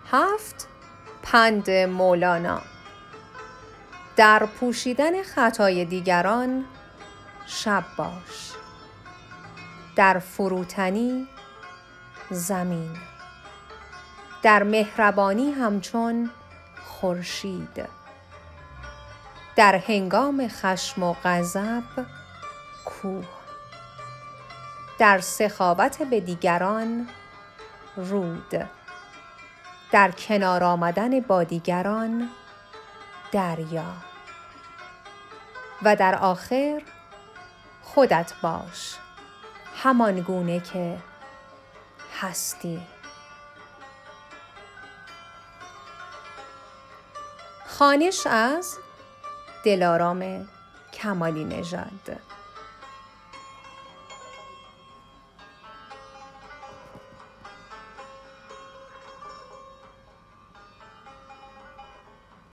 7. پند مولانا: در پوشیدن خطای دیگران شب باش، در فروتنی زمین، در مهربانی همچون خورشید، در هنگام خشم و غضب کوه، در سخاوت به دیگران رود، در کنار آمدن با دیگران دریا، و در آخر خودت باش، همان گونه که هستی. خوانش از دلارام کمالی نژاد.